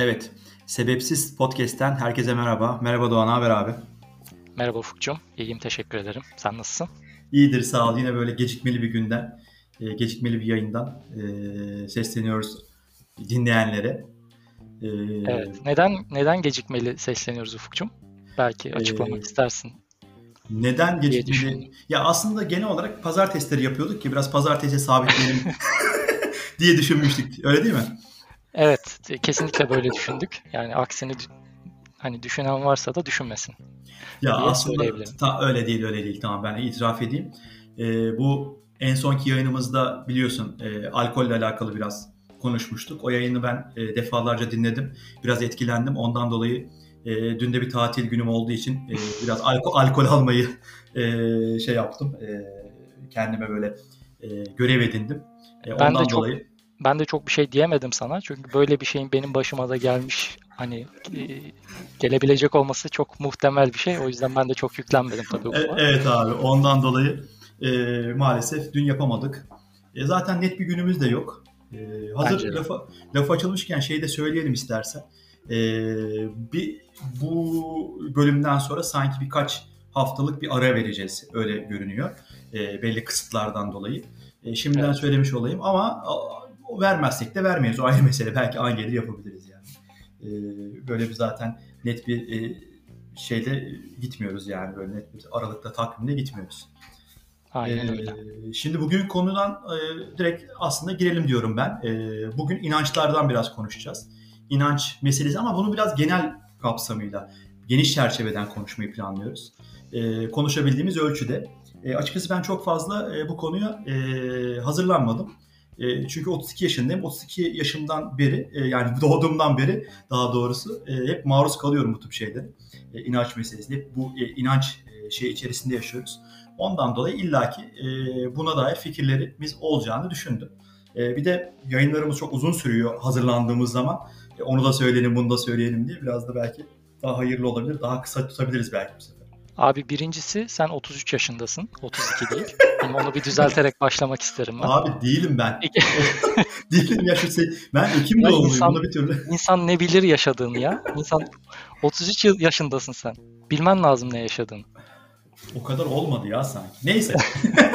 Evet, Sebepsiz Podcast'ten herkese merhaba. Merhaba Doğan, haber abi? Merhaba Ufukcuğum. İyiyim, teşekkür ederim. Sen nasılsın? İyidir, sağ ol. Yine böyle gecikmeli bir günden, gecikmeli bir yayından sesleniyoruz dinleyenlere. E, Evet. Neden gecikmeli sesleniyoruz Ufukcuğum? Belki açıklamak e, istersin Neden diye gecikmeli? düşündüm. Ya aslında genel olarak pazar testleri yapıyorduk ki biraz pazartesiye sabitleyelim diye düşünmüştük. Öyle değil mi? Evet, kesinlikle böyle düşündük. Yani aksini hani düşünen varsa da düşünmesin Ya diye aslında söyleyebilirim. öyle değil. Tamam, ben itiraf edeyim. Bu en sonki yayınımızda biliyorsun alkolle alakalı biraz konuşmuştuk. O yayını ben defalarca dinledim. Biraz etkilendim. Ondan dolayı dün de bir tatil günüm olduğu için biraz alkol almayı şey yaptım. Kendime böyle görev edindim. Ben de Ondan çok dolayı ben de çok bir şey diyemedim sana. Çünkü böyle bir şeyin benim başıma da gelmiş hani gelebilecek olması çok muhtemel bir şey. O yüzden ben de çok yüklenmedim tabii Ufuk'a. Evet abi, ondan dolayı maalesef dün yapamadık. Zaten net bir günümüz de yok. Bence Hazır de. laf açılmışken şeyi de söyleyelim istersen. E, bir bu bölümden sonra sanki birkaç haftalık bir ara vereceğiz, öyle görünüyor. Belli kısıtlardan dolayı. Şimdiden Evet. söylemiş olayım ama vermezsek de vermeyiz. O ayrı mesele. Belki an gelir yapabiliriz yani. Böyle bir zaten net bir şeyde gitmiyoruz yani, böyle net bir aralıkta takvimde gitmiyoruz. Aynen öyle. Şimdi bugün konudan direkt aslında girelim diyorum ben. Bugün inançlardan biraz konuşacağız. İnanç meselesi ama bunu biraz genel kapsamıyla, geniş çerçeveden konuşmayı planlıyoruz. Konuşabildiğimiz ölçüde. Açıkçası ben çok fazla bu konuya hazırlanmadım. Çünkü 32 yaşındayım. 32 yaşımdan beri, yani doğduğumdan beri daha doğrusu hep maruz kalıyorum bu tip şeylere. İnanç meselesi. Hep bu inanç şey içerisinde yaşıyoruz. Ondan dolayı illaki buna dair fikirlerimiz olacağını düşündüm. Bir de yayınlarımız çok uzun sürüyor hazırlandığımız zaman. Onu da söyleyelim, bunu da söyleyelim diye biraz da belki daha hayırlı olabilir. Daha kısa tutabiliriz belki bu sefer. Abi birincisi sen 33 yaşındasın. 32 değil. Hani onu bir düzelterek başlamak isterim ben. Abi değilim ben. İki- Değilim ya, ben Ekim Ya doğumluyum. Bunu bir türlü. insan ne bilir yaşadığını ya. İnsan 33 yaşındasın sen. Bilmen lazım ne yaşadığını. O kadar olmadı ya sanki. Neyse.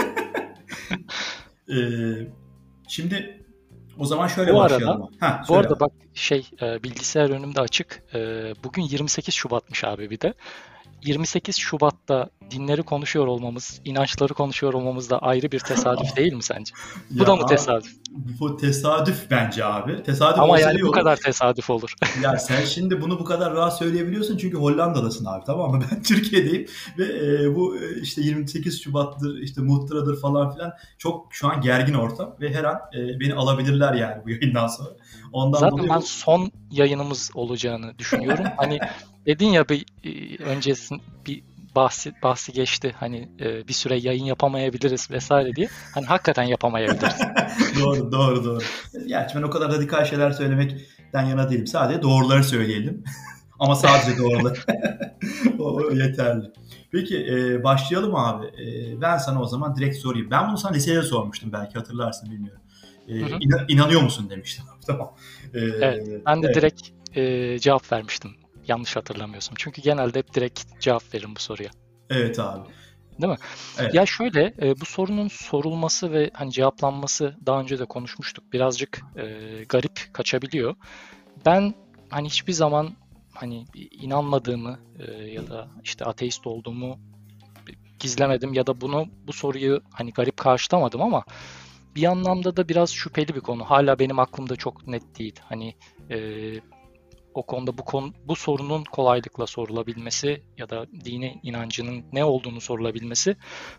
Ee, Şimdi o zaman şöyle Bu arada başlayalım. Ha, bu söyle arada abi. bak bilgisayar önümde açık. Bugün 28 Şubat'mış abi bir de. 28 Şubat'ta dinleri konuşuyor olmamız, inançları konuşuyor olmamız da ayrı bir tesadüf değil mi sence? Bu Ya da mı tesadüf? bu tesadüf bence abi. Tesadüf Ama olsa yani iyi bu olur. kadar tesadüf olur. Ya sen şimdi bunu bu kadar rahat söyleyebiliyorsun çünkü Hollanda'dasın abi, tamam mı? Ben Türkiye'deyim ve bu işte 28 Şubat'tır, işte Muhtıra'dır falan filan, çok şu an gergin ortam ve her an beni alabilirler yani bu yayından sonra. Ondan Zaten dolayı ben son yayınımız olacağını düşünüyorum. Hani dedin ya öncesin bir bahsi geçti. Hani bir süre yayın yapamayabiliriz vesaire diye. Hani hakikaten yapamayabiliriz. doğru. Gerçi ben o kadar radikal şeyler söylemekten yana değilim. Sadece doğruları söyleyelim. Ama sadece doğruları. O yeterli. Peki başlayalım abi. Ben sana o zaman direkt sorayım. Ben bunu sana lisede sormuştum, belki hatırlarsın, bilmiyorum. Hı hı. İnanıyor musun demiştim. Tamam. E, Evet. Ben de evet. direkt cevap vermiştim. Yanlış hatırlamıyorsam. Çünkü genelde hep direkt cevap veririm bu soruya. Evet abi. Değil mi? Ya Evet. şöyle, bu sorunun sorulması ve hani cevaplanması daha önce de konuşmuştuk. Birazcık garip kaçabiliyor. Ben hani hiçbir zaman hani inanmadığımı ya da işte ateist olduğumu gizlemedim ya da bu soruyu hani garip karşılamadım ama bir anlamda da biraz şüpheli bir konu. Hala benim aklımda çok net değil. Hani e, o konuda bu sorunun kolaylıkla sorulabilmesi ya da dine inancının ne olduğunu sorulabilmesi,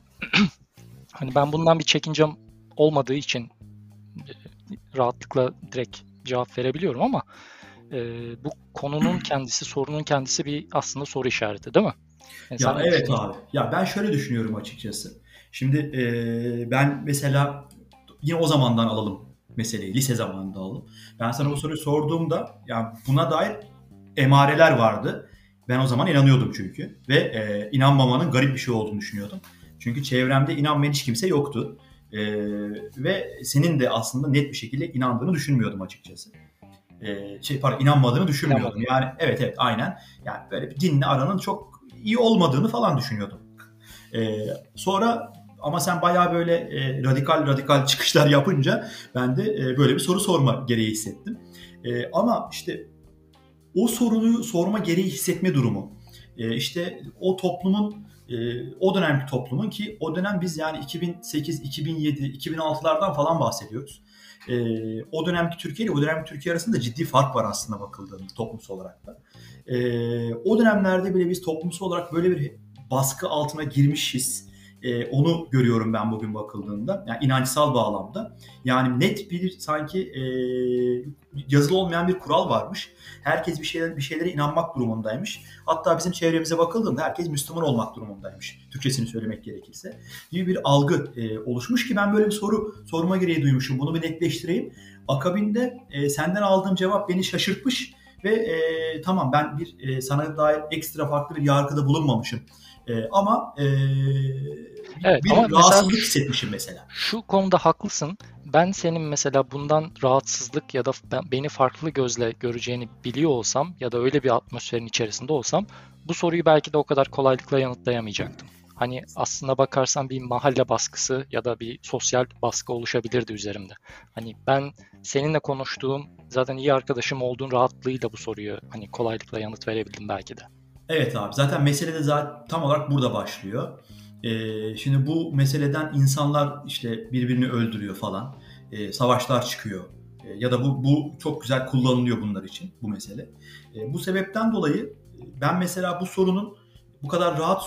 hani ben bundan bir çekincem olmadığı için rahatlıkla direkt cevap verebiliyorum ama bu konunun kendisi, sorunun kendisi bir aslında soru işareti, değil mi? Yani sen Ya ne evet düşünüyorsun? abi. Ya ben şöyle düşünüyorum açıkçası. Şimdi ben mesela yine o zamandan alalım meseleyi. Lise zamanında alalım. Ben Hı sana bu hı. soruyu sorduğumda yani buna dair emareler vardı. Ben o zaman inanıyordum çünkü. Ve inanmamanın garip bir şey olduğunu düşünüyordum. Çünkü çevremde inanmayan hiç kimse yoktu. Ve senin de aslında net bir şekilde inandığını düşünmüyordum açıkçası. inanmadığını düşünmüyordum. İnanmadım. Yani evet evet aynen. Yani böyle bir dinle aranın çok iyi olmadığını falan düşünüyordum. Sonra ama sen bayağı böyle radikal radikal çıkışlar yapınca ben de böyle bir soru sorma gereği hissettim. Ama işte o soruyu sorma gereği hissetme durumu, işte o toplumun, o dönemki toplumun, ki o dönem biz yani 2008, 2007, 2006'lardan falan bahsediyoruz. O dönemki Türkiye ile o dönemki Türkiye arasında ciddi fark var aslında bakıldığında toplumsal olarak da. O dönemlerde bile biz toplumsal olarak böyle bir baskı altına girmişiz. Onu görüyorum ben bugün bakıldığında. Yani inançsal bağlamda. Yani net bir sanki yazılı olmayan bir kural varmış. Herkes bir şeylere inanmak durumundaymış. Hatta bizim çevremize bakıldığında herkes Müslüman olmak durumundaymış. Türkçesini söylemek gerekirse. Gibi bir algı oluşmuş ki ben böyle bir soru sorma gereği duymuşum. Bunu bir netleştireyim. Akabinde senden aldığım cevap beni şaşırtmış ve tamam ben sana dair ekstra farklı bir yargıda bulunmamışım. Ama Evet ama bir mesela rahatsızlık hissetmişim mesela. şu konuda haklısın. Ben senin mesela bundan rahatsızlık ya da beni farklı gözle göreceğini biliyor olsam ya da öyle bir atmosferin içerisinde olsam bu soruyu belki de o kadar kolaylıkla yanıtlayamayacaktım. Hani aslına bakarsan bir mahalle baskısı ya da bir sosyal baskı oluşabilirdi üzerimde. Hani ben seninle konuştuğum zaten iyi arkadaşım olduğun rahatlığıyla bu soruyu hani kolaylıkla yanıt verebildim belki de. Evet abi, zaten mesele de zaten tam olarak burada başlıyor. Şimdi bu meseleden insanlar işte birbirini öldürüyor falan. Savaşlar çıkıyor. Ya da bu çok güzel kullanılıyor bunlar için bu mesele. Bu sebepten dolayı ben mesela bu sorunun bu kadar rahat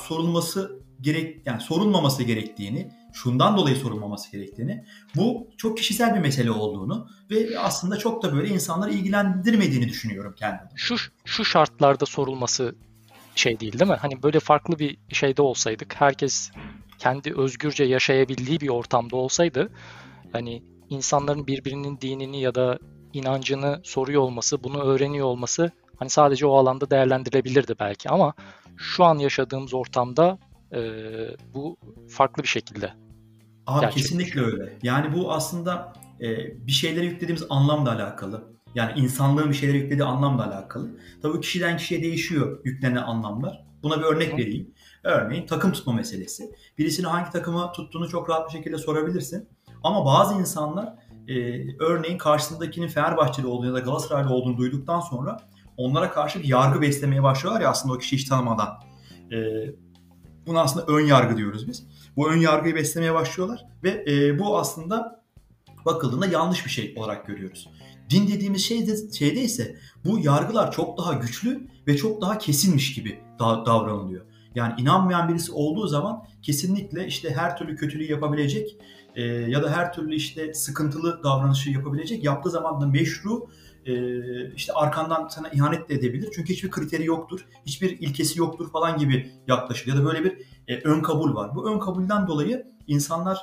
yani sorulmaması gerektiğini, şundan dolayı sorulmaması gerektiğini, bu çok kişisel bir mesele olduğunu ve aslında çok da böyle insanları ilgilendirmediğini düşünüyorum kendim. Şu şartlarda sorulması değil mi? Hani böyle farklı bir şeyde olsaydık, herkes kendi özgürce yaşayabildiği bir ortamda olsaydı, hani insanların birbirinin dinini ya da inancını soruyor olması, bunu öğreniyor olması hani sadece o alanda değerlendirilebilirdi belki ama şu an yaşadığımız ortamda bu farklı bir şekilde Abi kesinlikle gerçekleşiyor. öyle. Yani bu aslında bir şeylere yüklediğimiz anlamla alakalı. Yani insanlığın bir şeylere yüklediği anlamla alakalı. Tabii kişiden kişiye değişiyor yüklenen anlamlar. Buna bir Hı örnek hı. vereyim. Örneğin takım tutma meselesi. Birisine hangi takımı tuttuğunu çok rahat bir şekilde sorabilirsin. Ama bazı insanlar örneğin karşısındakinin Fenerbahçeli olduğunu ya da Galatasaraylı olduğunu duyduktan sonra onlara karşı bir yargı beslemeye başlıyorlar ya, aslında o kişiyi hiç tanımadan. E, Buna aslında ön yargı diyoruz biz. Bu ön yargıyı beslemeye başlıyorlar ve bu aslında bakıldığında yanlış bir şey olarak görüyoruz. Din dediğimiz şeyde ise bu yargılar çok daha güçlü ve çok daha kesinmiş gibi davranılıyor. Yani inanmayan birisi olduğu zaman kesinlikle işte her türlü kötülüğü yapabilecek ya da her türlü işte sıkıntılı davranışı yapabilecek, yaptığı zaman da meşru, işte arkandan sana ihanet de edebilir. Çünkü hiçbir kriteri yoktur, hiçbir ilkesi yoktur falan gibi yaklaşır. Ya da böyle bir ön kabul var. Bu ön kabulden dolayı insanlar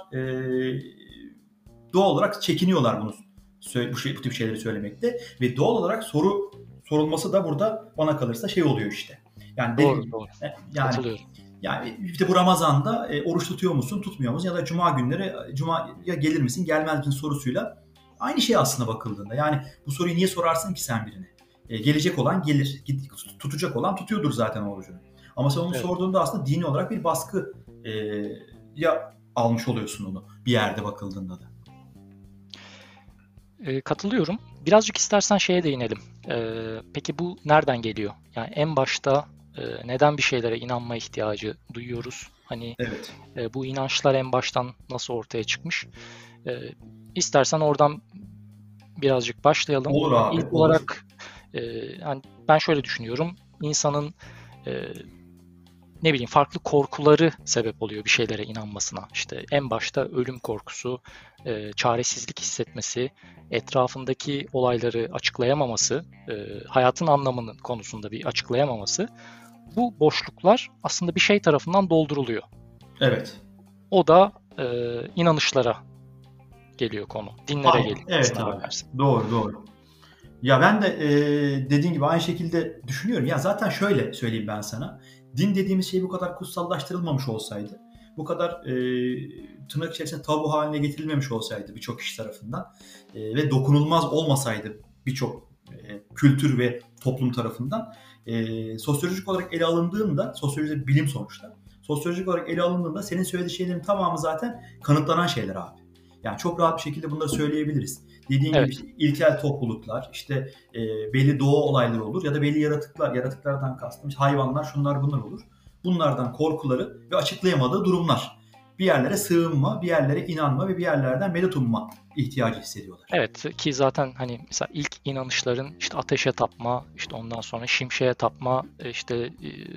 doğal olarak çekiniyorlar bu tip şeyleri söylemekte ve doğal olarak sorulması da burada bana kalırsa şey oluyor işte. Yani Doğru, doğru. yani Katılıyorum. işte bu Ramazan'da oruç tutuyor musun, tutmuyor musun, ya da cuma günleri cumaya gelir misin, gelmez misin sorusuyla aynı şey aslında bakıldığında. Yani bu soruyu niye sorarsın ki sen birine? Gelecek olan gelir, tutacak olan tutuyordur zaten orucunu. Ama sen onu Evet. sorduğunda aslında dini olarak bir baskı ya almış oluyorsun onu bir yerde bakıldığında da. Katılıyorum. Birazcık istersen şeye değinelim. Peki bu nereden geliyor? Yani en başta neden bir şeylere inanma ihtiyacı duyuyoruz? Hani Evet. bu inançlar en baştan nasıl ortaya çıkmış? E, istersen oradan birazcık başlayalım. Olur Yani abi, ilk olur. olarak yani ben şöyle düşünüyorum. İnsanın e, ne bileyim farklı korkuları sebep oluyor bir şeylere inanmasına. İşte en başta ölüm korkusu, çaresizlik hissetmesi, etrafındaki olayları açıklayamaması, hayatın anlamının konusunda bir açıklayamaması. Bu boşluklar aslında bir şey tarafından dolduruluyor. Evet. O da inanışlara geliyor konu, dinlere Aynen. geliyor Evet aslına abi. bakarsan. Doğru, doğru. Ya ben de dediğin gibi aynı şekilde düşünüyorum. Ya zaten şöyle söyleyeyim ben sana. Din dediğimiz şey bu kadar kutsallaştırılmamış olsaydı, bu kadar tırnak içerisinde tabu haline getirilmemiş olsaydı birçok kişi tarafından ve dokunulmaz olmasaydı birçok kültür ve toplum tarafından. Sosyolojik olarak ele alındığında, sosyoloji bilim sonuçta. Sosyolojik olarak ele alındığında senin söylediğin şeylerin tamamı zaten kanıtlanan şeyler abi. Yani çok rahat bir şekilde bunları söyleyebiliriz. Dediğin gibi işte ilkel topluluklar, işte belli doğa olayları olur ya da belli yaratıklardan kastım işte hayvanlar, şunlar bunlar olur. Bunlardan korkuları ve açıklayamadığı durumlar. Bir yerlere sığınma, bir yerlere inanma ve bir yerlerden medet umma ihtiyacı hissediyorlar. Evet ki zaten hani mesela ilk inanışların işte ateşe tapma, işte ondan sonra şimşeğe tapma, işte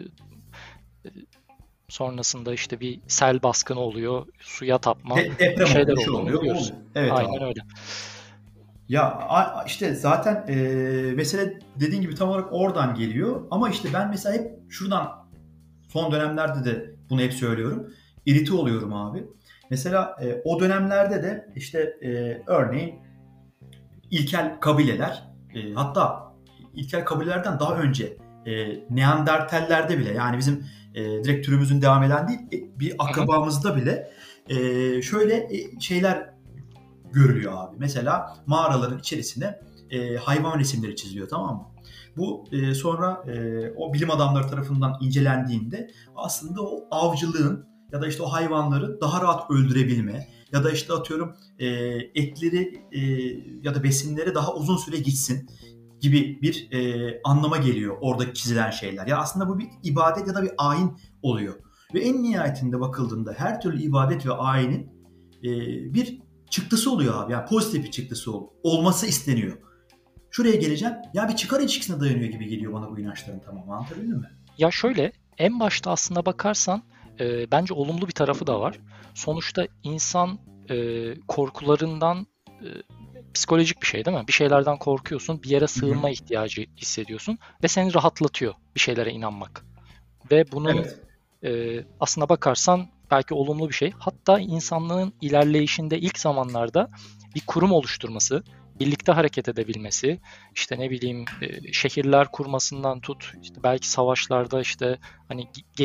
sonrasında işte bir sel baskını oluyor, suya tapma Deprem şeyler oluyor, olduğunu biliyoruz. Evet Aynen abi. öyle. Ya işte zaten mesele dediğin gibi tam olarak oradan geliyor. Ama işte ben mesela hep şuradan son dönemlerde de bunu hep söylüyorum. İrite oluyorum abi. Mesela o dönemlerde de işte örneğin ilkel kabileler, hatta ilkel kabilelerden daha önce Neandertallerde bile, yani bizim direkt türümüzün devam eden değil bir akrabamızda bile şöyle şeyler görülüyor abi. Mesela mağaraların içerisine hayvan resimleri çiziliyor, tamam mı? Bu sonra o bilim adamları tarafından incelendiğinde aslında o avcılığın ya da işte o hayvanları daha rahat öldürebilme ya da işte atıyorum etleri ya da besinleri daha uzun süre gitsin gibi bir anlama geliyor oradaki çizilen şeyler. Ya aslında bu bir ibadet ya da bir ayin oluyor. Ve en nihayetinde bakıldığında her türlü ibadet ve ayinin bir çıktısı oluyor abi. Yani pozitif bir çıktısı olması isteniyor. Şuraya geleceğim. Ya bir çıkar ilişkisine dayanıyor gibi geliyor bana bu inançların tamamı. Anlatabildim mi? Ya şöyle, en başta aslında bakarsan bence olumlu bir tarafı da var. Sonuçta insan korkularından psikolojik bir şey değil mi? Bir şeylerden korkuyorsun, bir yere sığınma ihtiyacı hissediyorsun ve seni rahatlatıyor bir şeylere inanmak. Ve bunun aslına bakarsan belki olumlu bir şey. Hatta insanlığın ilerleyişinde ilk zamanlarda bir kurum oluşturması, birlikte hareket edebilmesi, işte ne bileyim şehirler kurmasından tut, işte belki savaşlarda işte hani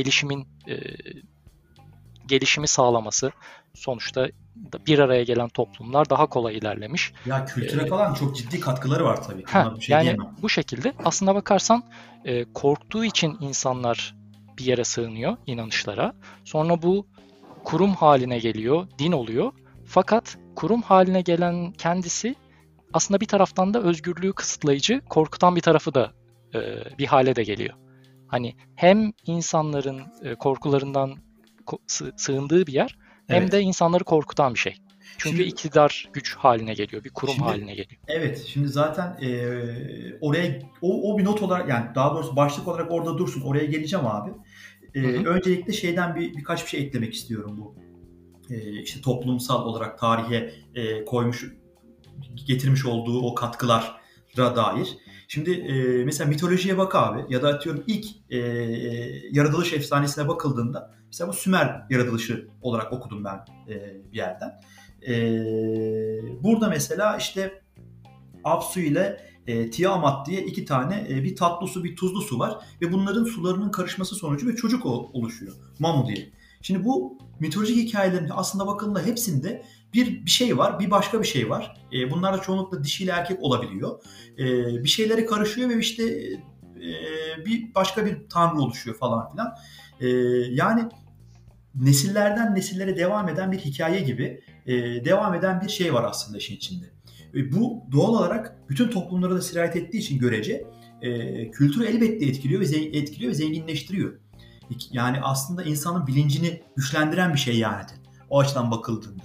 gelişimi sağlaması, sonuçta bir araya gelen toplumlar daha kolay ilerlemiş. Ya kültüre falan çok ciddi katkıları var tabii ki. Ona bir şey Yani diyemem. bu şekilde aslına bakarsan korktuğu için insanlar bir yere sığınıyor, inanışlara. Sonra bu kurum haline geliyor, din oluyor. Fakat kurum haline gelen kendisi aslında bir taraftan da özgürlüğü kısıtlayıcı, korkutan bir tarafı da bir hale de geliyor. Hani hem insanların korkularından sığındığı bir yer, hem de insanları korkutan bir şey. Çünkü Şimdi iktidar güç haline geliyor, bir kurum haline geliyor. evet, şimdi zaten oraya o bir not olarak, yani daha doğrusu başlık olarak orada dursun. Oraya geleceğim abi. Öncelikle şeyden birkaç bir şey eklemek istiyorum bu. İşte toplumsal olarak tarihe getirmiş olduğu o katkılara dair. Şimdi mesela mitolojiye bak abi, ya da atıyorum ilk yaratılış efsanesine bakıldığında mesela bu Sümer yaratılışı olarak okudum ben bir yerden. Burada mesela işte Apsu ile Tiamat diye iki tane bir tatlı su bir tuzlu su var ve bunların sularının karışması sonucu bir çocuk oluşuyor. Mamu diye. Şimdi bu mitolojik hikayelerin aslında bakıldığında hepsinde bir şey var, bir başka bir şey var. Bunlar da çoğunlukla dişi ile erkek olabiliyor. Bir şeyleri karışıyor ve işte bir başka bir tanrı oluşuyor falan filan. Yani nesillerden nesillere devam eden bir hikaye gibi devam eden bir şey var aslında işin içinde. Bu doğal olarak bütün toplumlara da sirayet ettiği için görece kültürü elbette etkiliyor ve zenginleştiriyor. Yani aslında insanın bilincini güçlendiren bir şey yani. O açıdan bakıldığında.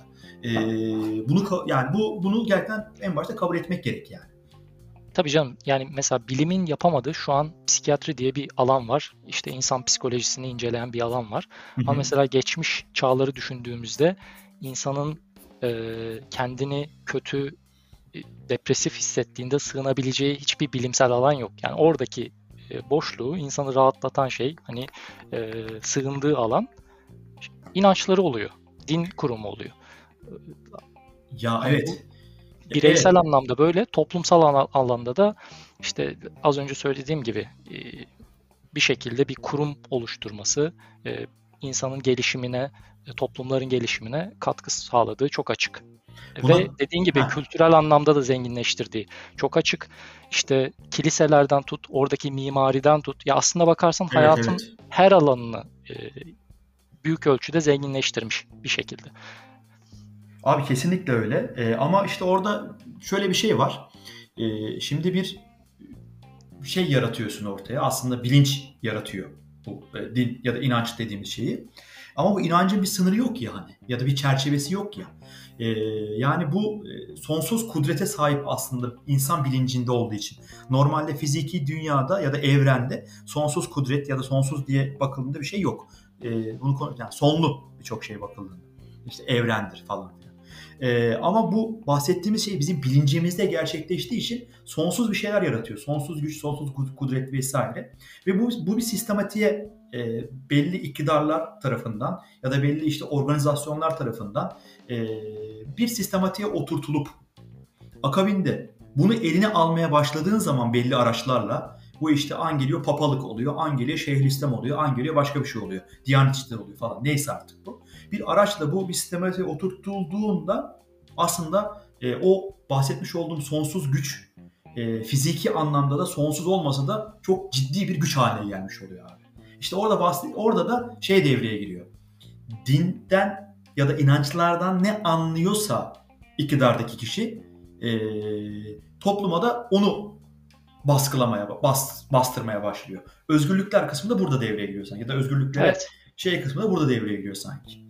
Bunu gerçekten en başta kabul etmek gerek yani. Tabii canım, yani mesela bilimin yapamadığı şu an psikiyatri diye bir alan var. İşte insan psikolojisini inceleyen bir alan var. Ama mesela geçmiş çağları düşündüğümüzde insanın kendini kötü, depresif hissettiğinde sığınabileceği hiçbir bilimsel alan yok. Yani oradaki boşluğu, insanı rahatlatan şey, hani sığındığı alan inançları oluyor. Din kurumu oluyor. Ya hani evet. Bireysel anlamda böyle, toplumsal alanda da işte az önce söylediğim gibi bir şekilde bir kurum oluşturması, insanın gelişimine, toplumların gelişimine katkı sağladığı çok açık. Buna Ve dediğin gibi Heh, kültürel anlamda da zenginleştirdiği çok açık. İşte kiliselerden tut, oradaki mimariden tut. Ya aslında bakarsan evet hayatın evet. her alanını büyük ölçüde zenginleştirmiş bir şekilde. Abi kesinlikle öyle. Ama işte orada şöyle bir şey var. Şimdi bir şey yaratıyorsun ortaya. Aslında bilinç yaratıyor bu din ya da inanç dediğimiz şeyi. Ama bu inancın bir sınırı yok yani. Ya da bir çerçevesi yok ya. Ee, Yani bu sonsuz kudrete sahip aslında insan bilincinde olduğu için. Normalde fiziki dünyada ya da evrende sonsuz kudret ya da sonsuz diye bakıldığında bir şey yok. Yani sonlu birçok şey bakıldığında. İşte evrendir falan. Ama bu bahsettiğimiz şey bizim bilincimizde gerçekleştiği için sonsuz bir şeyler yaratıyor. Sonsuz güç, sonsuz kudret vesaire. Ve bu bir sistematiğe belli iktidarlar tarafından ya da belli işte organizasyonlar tarafından bir sistematiğe oturtulup akabinde bunu eline almaya başladığın zaman belli araçlarla bu işte an geliyor papalık oluyor, an geliyor Şeyhülislam oluyor, an geliyor başka bir şey oluyor. Diyanet İşleri oluyor falan. Neyse artık bu. Bir araçla bu bir sistematiğe oturtulduğunda aslında o bahsetmiş olduğum sonsuz güç fiziki anlamda da sonsuz olmasa da çok ciddi bir güç haline gelmiş oluyor abi. İşte orada da şey devreye giriyor. Dinden ya da inançlardan ne anlıyorsa iktidardaki kişi topluma da onu bastırmaya başlıyor. Özgürlükler kısmı da burada devreye giriyor sanki. Ya da özgürlüklere Evet. şey kısmı da burada devreye giriyor sanki.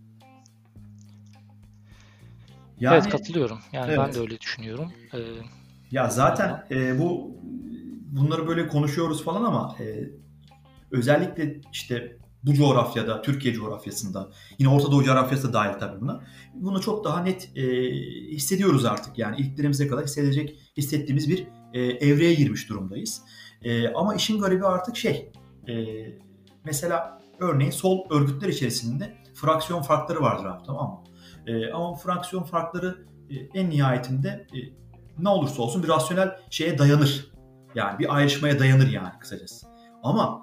Evet, Yani katılıyorum. Yani ben de evet. öyle düşünüyorum. Ya Bu konuda. zaten bunları böyle konuşuyoruz falan ama özellikle işte bu coğrafyada, Türkiye coğrafyasında, yine Orta Doğu coğrafyası da dahil tabii buna. Bunu çok daha net hissediyoruz artık. Yani iliklerimize kadar hissettiğimiz bir evreye girmiş durumdayız. Ama işin garibi artık e, mesela örneğin sol örgütler içerisinde fraksiyon farkları vardır abi, tamam mı? Ama bu fraksiyon farkları en nihayetinde ne olursa olsun bir rasyonel şeye dayanır. Yani bir ayrışmaya dayanır yani kısacası. Ama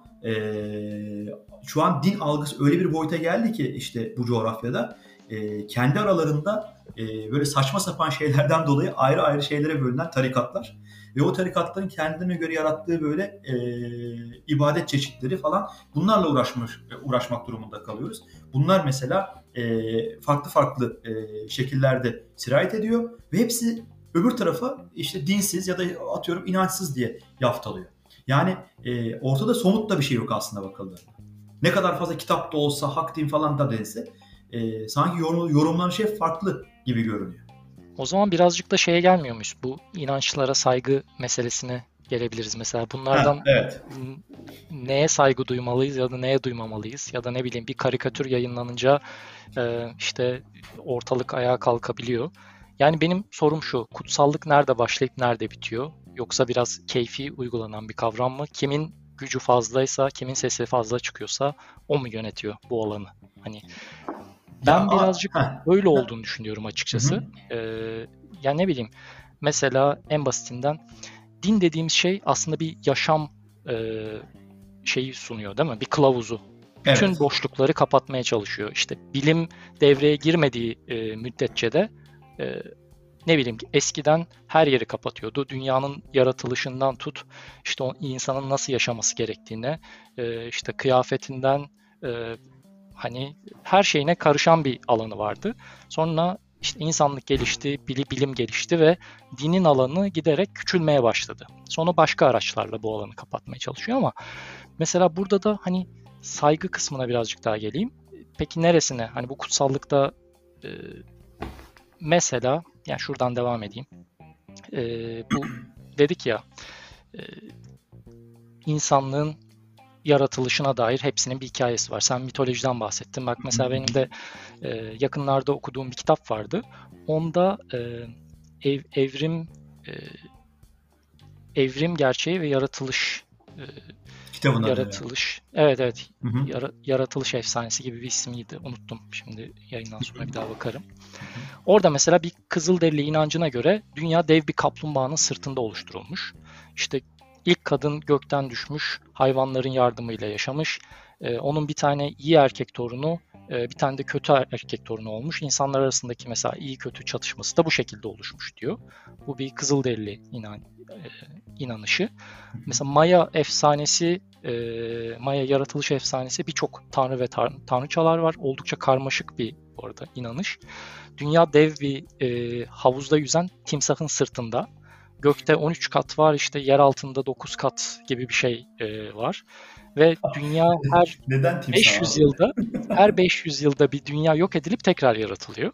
şu an din algısı öyle bir boyuta geldi ki işte bu coğrafyada kendi aralarında böyle saçma sapan şeylerden dolayı ayrı ayrı şeylere bölünen tarikatlar ve o tarikatların kendilerine göre yarattığı böyle ibadet çeşitleri falan bunlarla uğraşmak durumunda kalıyoruz. Bunlar mesela farklı farklı şekillerde sirayet ediyor ve hepsi öbür tarafa işte dinsiz ya da atıyorum inançsız diye yaftalıyor. Yani ortada somut da bir şey yok aslında bakıldığında. Ne kadar fazla kitap da olsa, hak din falan da dense sanki yorumlanan şey farklı gibi görünüyor. O zaman birazcık da şeye gelmiyor muyuz? Bu inançlara saygı meselesine gelebiliriz. Mesela Ha, bunlardan evet. neye saygı duymalıyız ya da neye duymamalıyız? Ya da ne bileyim bir karikatür yayınlanınca işte ortalık ayağa kalkabiliyor. Yani benim sorum şu, kutsallık nerede başlayıp nerede bitiyor? Yoksa biraz keyfi uygulanan bir kavram mı? Kimin gücü fazlaysa, kimin sesi fazla çıkıyorsa o mu yönetiyor bu alanı? Hani Ya ben birazcık ha. öyle olduğunu düşünüyorum Hı hı. açıkçası. Yani ne bileyim, mesela en basitinden din dediğimiz şey aslında bir yaşam e, şeyi sunuyor değil mi? Bir kılavuzu. Bütün Evet. boşlukları kapatmaya çalışıyor. İşte bilim devreye girmediği müddetçe de e, ne bileyim eskiden her yeri kapatıyordu. Dünyanın yaratılışından tut, işte o insanın nasıl yaşaması gerektiğine, işte kıyafetinden hani her şeyine karışan bir alanı vardı. Sonra işte insanlık gelişti, bilim gelişti ve dinin alanı giderek küçülmeye başladı. Sonra başka araçlarla bu alanı kapatmaya çalışıyor ama mesela burada da hani saygı kısmına birazcık daha geleyim. Peki neresine? Hani bu kutsallıkta e, mesela yani şuradan devam edeyim. Bu dedik ya e, insanlığın yaratılışına dair hepsinin bir hikayesi var. Sen mitolojiden bahsettin. Bak mesela benim de yakınlarda okuduğum bir kitap vardı. Onda evrim e, evrim gerçeği ve Kitabın adı evet. yaratılış evet Hı hı. yaratılış efsanesi gibi bir ismiydi. Unuttum. Şimdi yayından sonra bir daha bakarım. Orada mesela bir Kızılderili inancına göre dünya dev bir kaplumbağanın sırtında oluşturulmuş. İşte ilk kadın gökten düşmüş, hayvanların yardımıyla yaşamış. Onun bir tane iyi erkek torunu, bir tane de kötü erkek torunu olmuş. İnsanlar arasındaki mesela iyi kötü çatışması da bu şekilde oluşmuş diyor. Bu bir Kızılderili inanışı. Mesela Maya efsanesi, Maya yaratılış efsanesi, birçok tanrı ve tanrıçalar var. Oldukça karmaşık bir bu arada inanış. Dünya dev bir havuzda yüzen timsahın sırtında. Gökte 13 kat var, işte yer altında 9 kat gibi bir şey var. Ve dünya her Neden timsah 500 abi? yılda her 500 yılda bir dünya yok edilip tekrar yaratılıyor.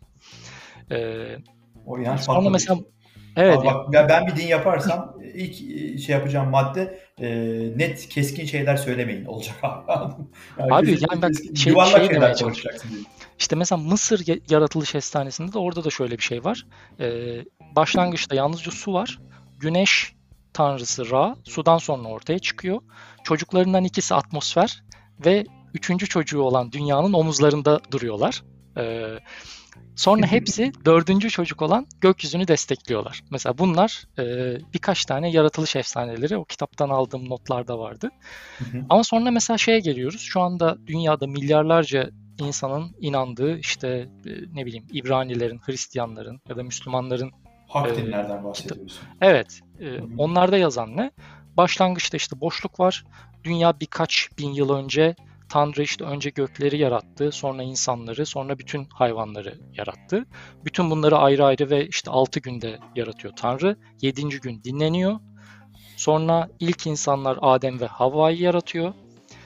O inanç Sonra patladı mesela işte. evet Ama bak ya, ben bir din yaparsam ilk şey yapacağım madde net keskin şeyler söylemeyin olacak abi. Yani abi kesinlikle yani bak keskin, şey yuvarlak demeye şeyler çalışıyorum. konuşacaksın dedim. İşte mesela Mısır yaratılış efsanesinde de orada da şöyle bir şey var. Başlangıçta yalnızca su var. Güneş tanrısı Ra sudan sonra ortaya çıkıyor. Çocuklarından ikisi atmosfer ve üçüncü çocuğu olan dünyanın omuzlarında duruyorlar. Ee, Sonra hepsi dördüncü çocuk olan gökyüzünü destekliyorlar. Mesela bunlar birkaç tane yaratılış efsaneleri o kitaptan aldığım notlarda vardı. Ama sonra mesela şeye geliyoruz. Şu anda dünyada milyarlarca insanın inandığı, işte ne bileyim, İbranilerin, Hristiyanların ya da Müslümanların Hak e, dinlerden kitap. bahsediyorsun. Evet, Hı hı. onlarda yazan ne? Başlangıçta işte boşluk var. Dünya birkaç bin yıl önce Tanrı işte önce gökleri yarattı, sonra insanları, sonra bütün hayvanları yarattı. Bütün bunları ayrı ayrı ve işte 6 günde yaratıyor Tanrı. 7. gün dinleniyor. Sonra ilk insanlar Adem ve Havva'yı yaratıyor.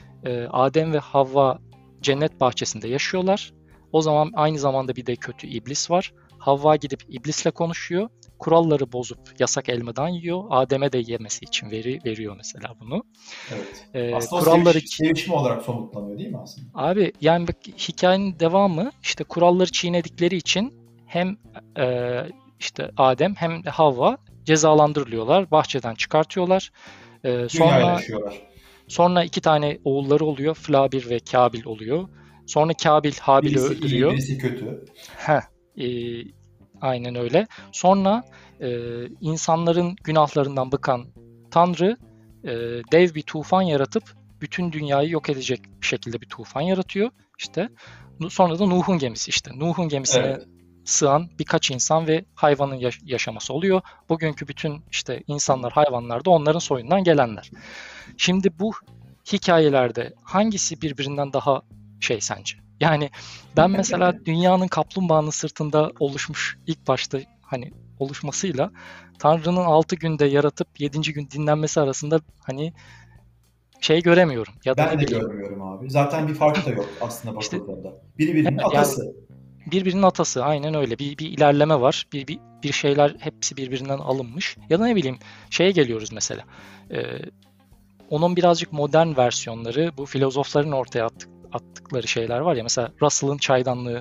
Adem ve Havva cennet bahçesinde yaşıyorlar. O zaman aynı zamanda bir de kötü iblis var. Havva gidip iblisle konuşuyor. Kuralları bozup yasak elmadan yiyor. Adem'e de yemesi için veriyor mesela bunu. Evet. Aslında o Kuralları sevişme olarak somutlanıyor değil mi aslında? abi yani bak, hikayenin devamı işte kuralları çiğnedikleri için hem işte Adem hem de Havva cezalandırılıyorlar. Bahçeden çıkartıyorlar. Dünyayla Sonra yaşıyorlar. Sonra iki tane oğulları oluyor. Flabir ve Kabil oluyor. Sonra Kabil Habil'i Birisi iyi, öldürüyor. birisi kötü. Heh, e, aynen öyle. Sonra insanların günahlarından bıkan Tanrı e, dev bir tufan yaratıp bütün dünyayı yok edecek bir şekilde bir tufan yaratıyor. İşte sonra da Nuh'un gemisi işte. Nuh'un gemisine Evet. sığan birkaç insan ve hayvanın yaşaması oluyor. Bugünkü bütün işte insanlar, hayvanlar da onların soyundan gelenler. Şimdi bu hikayelerde hangisi birbirinden daha şey sence? Yani ben mesela dünyanın kaplumbağanın sırtında oluşmuş ilk başta hani oluşmasıyla Tanrı'nın 6 günde yaratıp 7. gün dinlenmesi arasında hani şey göremiyorum ya da Ben ne de bileyim görmüyorum abi. Zaten bir fark da yok aslında işte bakıldığında. Biri birinin yani atası. birbirinin atası, aynen öyle, bir ilerleme var, bir şeyler hepsi birbirinden alınmış ya da ne bileyim şeye geliyoruz mesela. Ee, Onun birazcık modern versiyonları, bu filozofların ortaya attıkları şeyler var ya, mesela Russell'ın çaydanlığı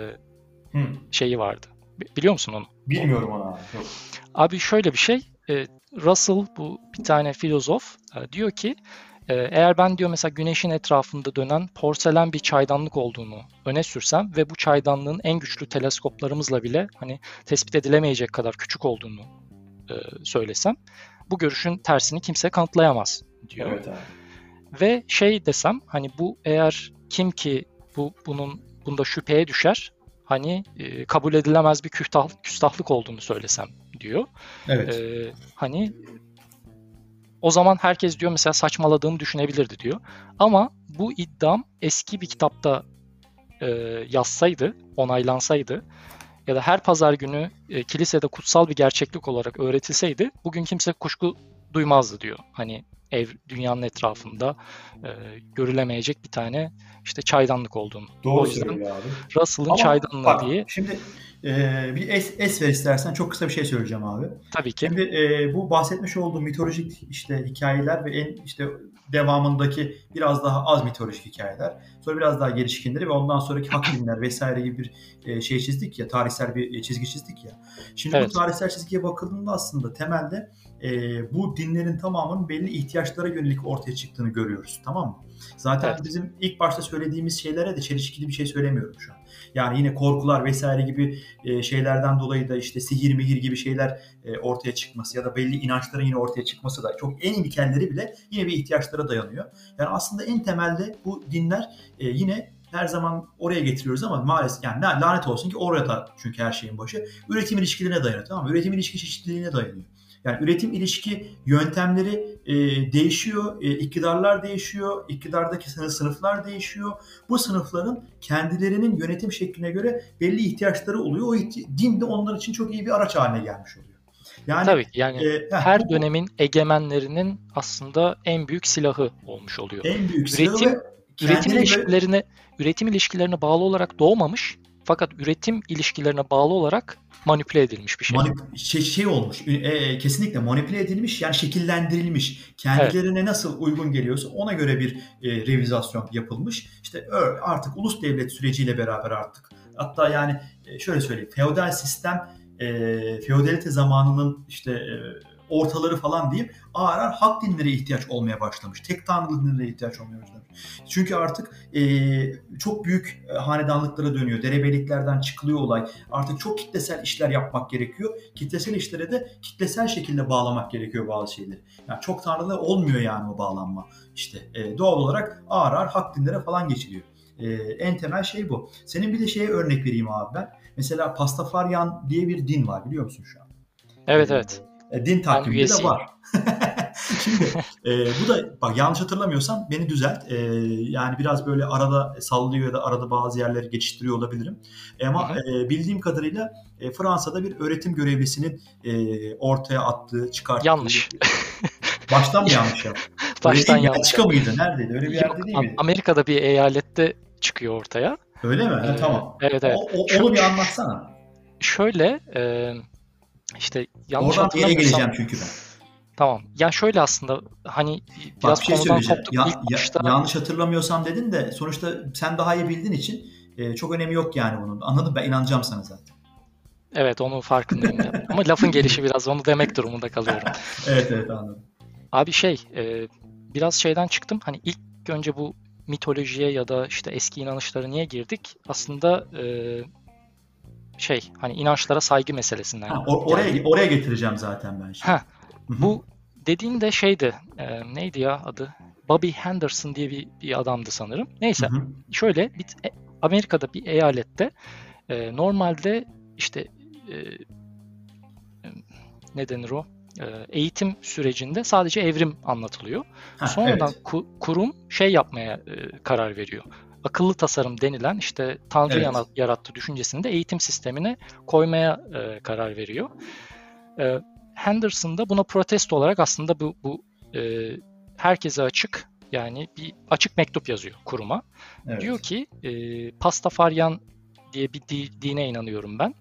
Hı. şeyi vardı. Biliyor musun onu? Bilmiyorum onu abi. Yok. Abi şöyle bir şey, Russell, bu bir tane filozof, diyor ki eğer ben diyor mesela güneşin etrafında dönen porselen bir çaydanlık olduğunu öne sürsem ve bu çaydanlığın en güçlü teleskoplarımızla bile hani tespit edilemeyecek kadar küçük olduğunu söylesem, bu görüşün tersini kimse kanıtlayamaz diyor. Evet abi. Ve şey desem, hani bu eğer kim ki bunda şüpheye düşer, hani kabul edilemez bir küstahlık olduğunu söylesem diyor. Evet. Hani o zaman herkes diyor mesela saçmaladığımı düşünebilirdi diyor. Ama bu iddiam eski bir kitapta yazsaydı, onaylansaydı ya da her pazar günü kilisede kutsal bir gerçeklik olarak öğretilseydi, bugün kimse kuşku duymazdı diyor. Hani dünyanın etrafında görülemeyecek bir tane işte çaydanlık olduğunu. Doğru O yüzden söylüyor abi. Russell'ın Ama çaydanlığı bak diye. şimdi bir es ver istersen, çok kısa bir şey söyleyeceğim abi. Tabii ki. Şimdi bu bahsetmiş olduğum mitolojik işte hikayeler ve en işte devamındaki biraz daha az mitolojik hikayeler, sonra biraz daha gelişkinleri ve ondan sonraki hak dinler vesaire gibi bir şey çizdik ya, tarihsel bir çizgi çizdik ya. Şimdi bu Evet. tarihsel çizgiye bakıldığında aslında temelde bu dinlerin tamamının belli ihtiyaçlara yönelik ortaya çıktığını görüyoruz, tamam mı? Zaten Evet. bizim ilk başta söylediğimiz şeylere de çelişkili bir şey söylemiyorum şu an. Yani yine korkular vesaire gibi şeylerden dolayı da işte sihir mihir gibi şeyler ortaya çıkması ya da belli inançların yine ortaya çıkması da çok en ilkelleri bile yine bir ihtiyaçlara dayanıyor. Yani aslında en temelde bu dinler yine her zaman oraya getiriyoruz ama maalesef yani lanet olsun ki orada çünkü her şeyin başı üretim ilişkilerine dayanıyor, tamam mı? Üretim ilişki çeşitliliğine dayanıyor. Yani üretim ilişki yöntemleri değişiyor, iktidarlar değişiyor, iktidardaki sınıflar değişiyor. Bu sınıfların kendilerinin yönetim şekline göre belli ihtiyaçları oluyor. Din de onlar için çok iyi bir araç haline gelmiş oluyor. Yani Tabii ki yani her dönemin egemenlerinin aslında en büyük silahı olmuş oluyor. En büyük silahı ve üretim ilişkilerine bağlı olarak doğmamış fakat üretim ilişkilerine bağlı olarak manipüle edilmiş bir şey. Olmuş. Kesinlikle manipüle edilmiş, yani şekillendirilmiş. Kendilerine nasıl uygun geliyorsa ona göre bir revizasyon yapılmış. İşte artık ulus devlet süreciyle beraber artık. Hatta yani şöyle söyleyeyim. Feodal sistem feodalite zamanının işte ortaları falan diyeyim, ağır ağır hak dinlere ihtiyaç olmaya başlamış. Tek tanrılı dinlere ihtiyaç olmaya başlamış. Çünkü artık çok büyük hanedanlıklara dönüyor. Derebeyliklerden çıkılıyor olay. Artık çok kitlesel işler yapmak gerekiyor. Kitlesel işlere de kitlesel şekilde bağlamak gerekiyor bazı şeyleri. Yani çok tanrılı olmuyor yani o bağlanma. İşte doğal olarak ağır ağır hak dinlere falan geçiliyor. En temel şey bu. Senin bir de şeye örnek vereyim abi ben. Mesela Pastafaryan diye bir din var, biliyor musun şu an? Evet. Din takviminde de var. Şimdi bu da bak yanlış hatırlamıyorsam beni düzelt. Yani biraz böyle arada sallıyor ya da arada bazı yerleri geçiştiriyor olabilirim. Ama bildiğim kadarıyla Fransa'da bir öğretim görevlisinin ortaya attığı, çıkarttığı. Yanlış. Baştan mı yanlış ya? Baştan yanlış. Belçika mıydı? Neredeydi? Öyle bir yerde değil miydi? Amerika'da bir eyalette çıkıyor ortaya. Öyle mi? Tamam. Evet. Onu bir anlatsana. Şöyle işte yanlış oradan bir yere geleceğim çünkü ben. Tamam. Ya şöyle aslında hani biraz konudan koptuk ilk başta. Yanlış hatırlamıyorsam dedin de sonuçta sen daha iyi bildiğin için çok önemi yok yani bunun. Anladım, ben inanacağım sana zaten. Evet, onun farkındayım. Ama lafın gelişi biraz onu demek durumunda kalıyorum. Evet anladım. Abi biraz şeyden çıktım. Hani ilk önce bu mitolojiye ya da işte eski inanışlara niye girdik? Aslında hani inançlara saygı meselesinden. Oraya getireceğim zaten ben şimdi. Bu dediğin de neydi ya adı? Bobby Henderson diye bir adamdı sanırım. Neyse. Şöyle Amerika'da bir eyalette normalde işte ne denir o? Eğitim sürecinde sadece evrim anlatılıyor. Sonradan kurum yapmaya karar veriyor. Akıllı tasarım denilen işte Tanrı yarattı düşüncesini de eğitim sistemine koymaya karar veriyor. Henderson da buna protesto olarak aslında bu herkese açık, yani bir açık mektup yazıyor kuruma. Evet. Diyor ki Pastafaryan diye bir dine inanıyorum ben.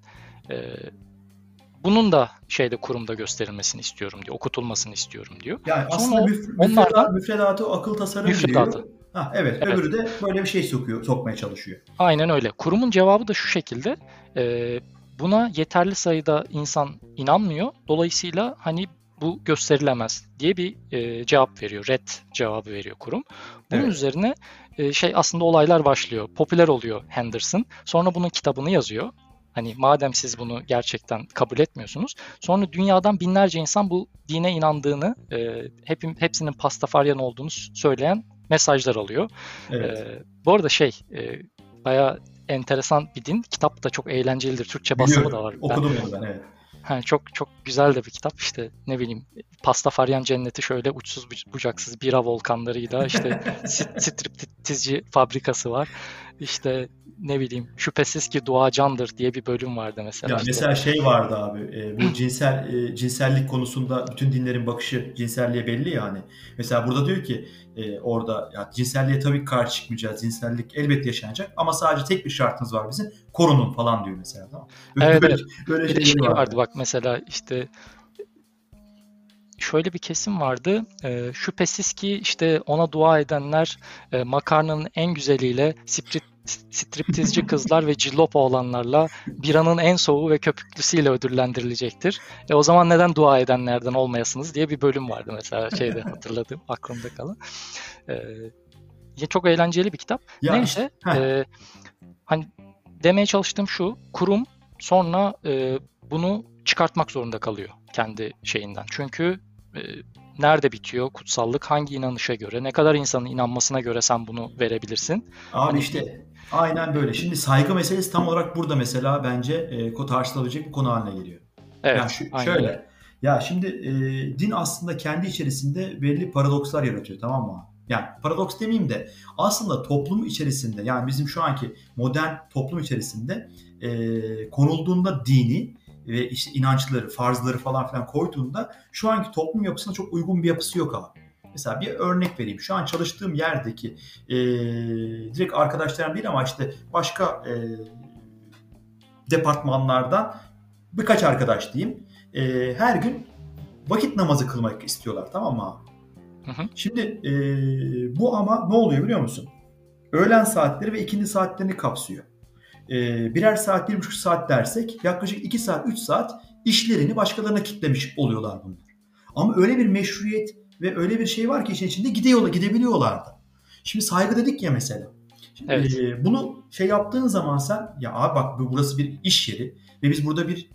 Bunun da kurumda gösterilmesini istiyorum diyor, okutulmasını istiyorum diyor. Yani aslında müfredatı akıl tasarım diyor. Evet, öbürü de böyle bir şey sokmaya çalışıyor. Aynen öyle. Kurumun cevabı da şu şekilde. Buna yeterli sayıda insan inanmıyor. Dolayısıyla hani bu gösterilemez diye bir cevap veriyor. Red cevabı veriyor kurum. Bunun üzerine aslında olaylar başlıyor. Popüler oluyor Henderson. Sonra bunun kitabını yazıyor. Hani madem siz bunu gerçekten kabul etmiyorsunuz. Sonra dünyadan binlerce insan bu dine inandığını, hepsinin Pastafaryan olduğunu söyleyen mesajlar alıyor. Evet. Bu arada bayağı enteresan bir din. Kitap da çok eğlencelidir. Türkçe basımı da var. Okudum onu ben, evet. Çok çok güzel de bir kitap. İşte ne bileyim, Pastafaryan cenneti şöyle uçsuz bucaksız bira volkanlarıyla, işte striptizci fabrikası var. İşte ne bileyim, şüphesiz ki dua candır diye bir bölüm vardı mesela. Ya mesela vardı abi, bu cinsellik konusunda bütün dinlerin bakışı cinselliğe belli yani. Mesela burada diyor ki orada ya cinselliğe tabii karşı çıkmayacağız. Cinsellik elbette yaşanacak ama sadece tek bir şartımız var bizim. Korunun falan diyor mesela. Tamam. Böyle şeyler vardı. Bak mesela işte şöyle bir kesim vardı. Şüphesiz ki işte ona dua edenler makarnanın en güzeliyle, striptizci kızlar ve cillop oğlanlarla biranın en soğuğu ve köpüklüsüyle ödüllendirilecektir. O zaman neden dua edenlerden olmayasınız diye bir bölüm vardı mesela, hatırladığım, aklımda kalan. Çok eğlenceli bir kitap. Neyse, hani demeye çalıştığım şu, kurum sonra bunu çıkartmak zorunda kalıyor kendi şeyinden. Çünkü e, nerede bitiyor kutsallık, hangi inanışa göre, ne kadar insanın inanmasına göre sen bunu verebilirsin. Abi Hani bir işte aynen böyle. Şimdi saygı meselesi tam olarak burada mesela bence tartışılabilecek bir konu haline geliyor. Yani evet, aynen öyle. şöyle. Ya şimdi din aslında kendi içerisinde belli paradokslar yaratıyor, tamam mı abi? Yani paradoks demeyeyim de aslında toplum içerisinde, yani bizim şu anki modern toplum içerisinde konulduğunda dini ve işte inançları, farzları falan filan koyduğunda şu anki toplum yapısına çok uygun bir yapısı yok abi. Mesela bir örnek vereyim. Şu an çalıştığım yerdeki direkt arkadaşlarım değil ama işte başka departmanlardan birkaç arkadaş diyeyim. Her gün vakit namazı kılmak istiyorlar, tamam mı abi? Hı hı. Şimdi bu ama ne oluyor biliyor musun? Öğlen saatleri ve ikindi saatlerini kapsıyor. Birer saat, 1,5 saat dersek yaklaşık 2 saat, 3 saat işlerini başkalarına kitlemiş oluyorlar bunlar. Ama öyle bir meşruiyet ve öyle bir şey var ki işin içinde gidebiliyorlar da. Şimdi saygı dedik ya mesela. Evet, Bunu şey yaptığın zaman sen, ya abi bak burası bir iş yeri ve biz burada bir